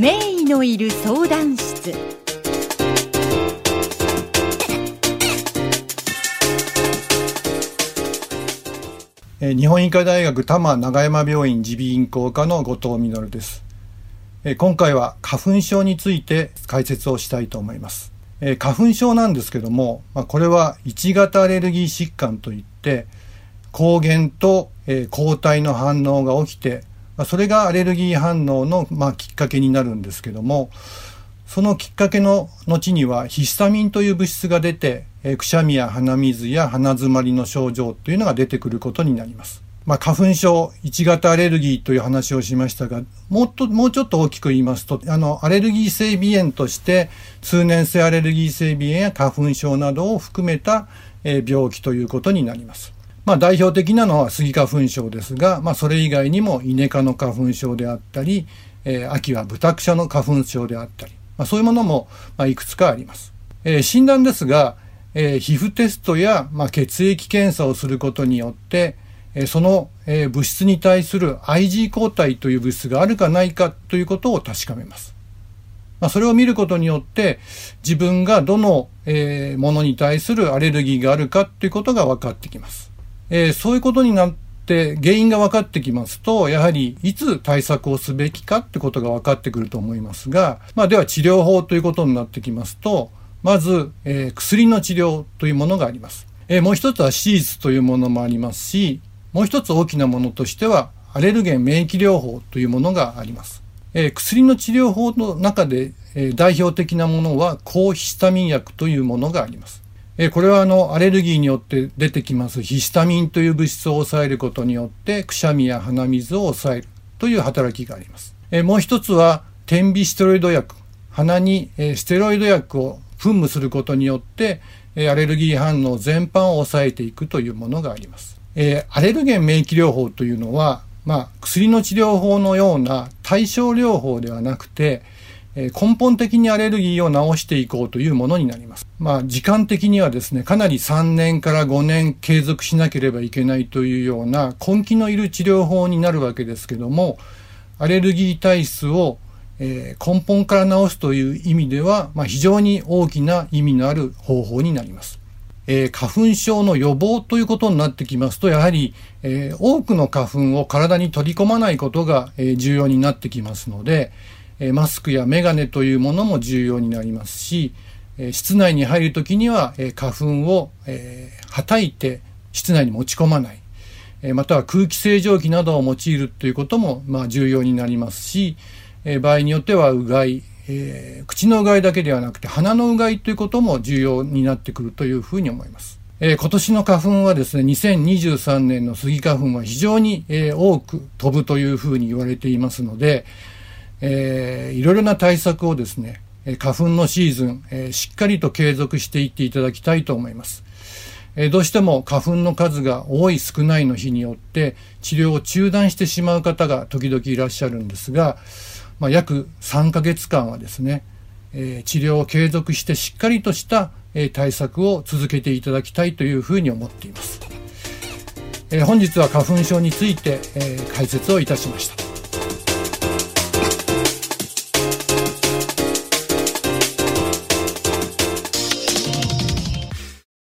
名医のいる相談室。 日本医科大学多摩長山病院耳鼻咽喉科の後藤実です。今回は花粉症について解説をしたいと思います。花粉症なんですけども、これは1型アレルギー疾患といって抗原と抗体の反応が起きて、それがアレルギー反応のきっかけになるんですけども、そのきっかけの後にはヒスタミンという物質が出て、くしゃみや鼻水や鼻づまりの症状というのが出てくることになります。花粉症1型アレルギーという話をしましたが、もうちょっと大きく言いますと、アレルギー性鼻炎として通年性アレルギー性鼻炎や花粉症などを含めた病気ということになります。代表的なのはスギ花粉症ですが、それ以外にもイネ科の花粉症であったり、秋はブタクサの花粉症であったり、そういうものもいくつかあります。診断ですが、皮膚テストや血液検査をすることによって、その物質に対する IgE 抗体という物質があるかないかということを確かめます。それを見ることによって自分がどのものに対するアレルギーがあるかということが分かってきます。そういうことになって原因が分かってきますと、やはりいつ対策をすべきかということが分かってくると思いますが、では治療法ということになってきますと、まず、薬の治療というものがあります。もう一つは手術というものもありますし、もう一つ大きなものとしてはアレルゲン免疫療法というものがあります。薬の治療法の中で、代表的なものは抗ヒスタミン薬というものがあります。これはアレルギーによって出てきますヒスタミンという物質を抑えることによってくしゃみや鼻水を抑えるという働きがあります。もう一つは点鼻ステロイド薬、鼻にステロイド薬を噴霧することによってアレルギー反応全般を抑えていくというものがあります。アレルゲン免疫療法というのは、薬の治療法のような対症療法ではなくて、根本的にアレルギーを治していこうというものになります。時間的にはですね、かなり3年から5年継続しなければいけないというような根気のいる治療法になるわけですけども、アレルギー体質を根本から治すという意味では、非常に大きな意味のある方法になります。花粉症の予防ということになってきますと、やはり、多くの花粉を体に取り込まないことが、重要になってきますので、マスクやメガネというものも重要になりますし、室内に入るときには、花粉を、はたいて室内に持ち込まない、または空気清浄機などを用いるということも、重要になりますし、場合によってはうがい、口のうがいだけではなくて鼻のうがいということも重要になってくるというふうに思います。今年の花粉はですね、2023年のスギ花粉は非常に、多く飛ぶというふうに言われていますので、いろいろな対策をですね、花粉のシーズン、しっかりと継続していっていただきたいと思います。どうしても花粉の数が多い少ないの日によって治療を中断してしまう方が時々いらっしゃるんですが、約3ヶ月間はですね、治療を継続してしっかりとした対策を続けていただきたいというふうに思っています。本日は花粉症について解説をいたしました。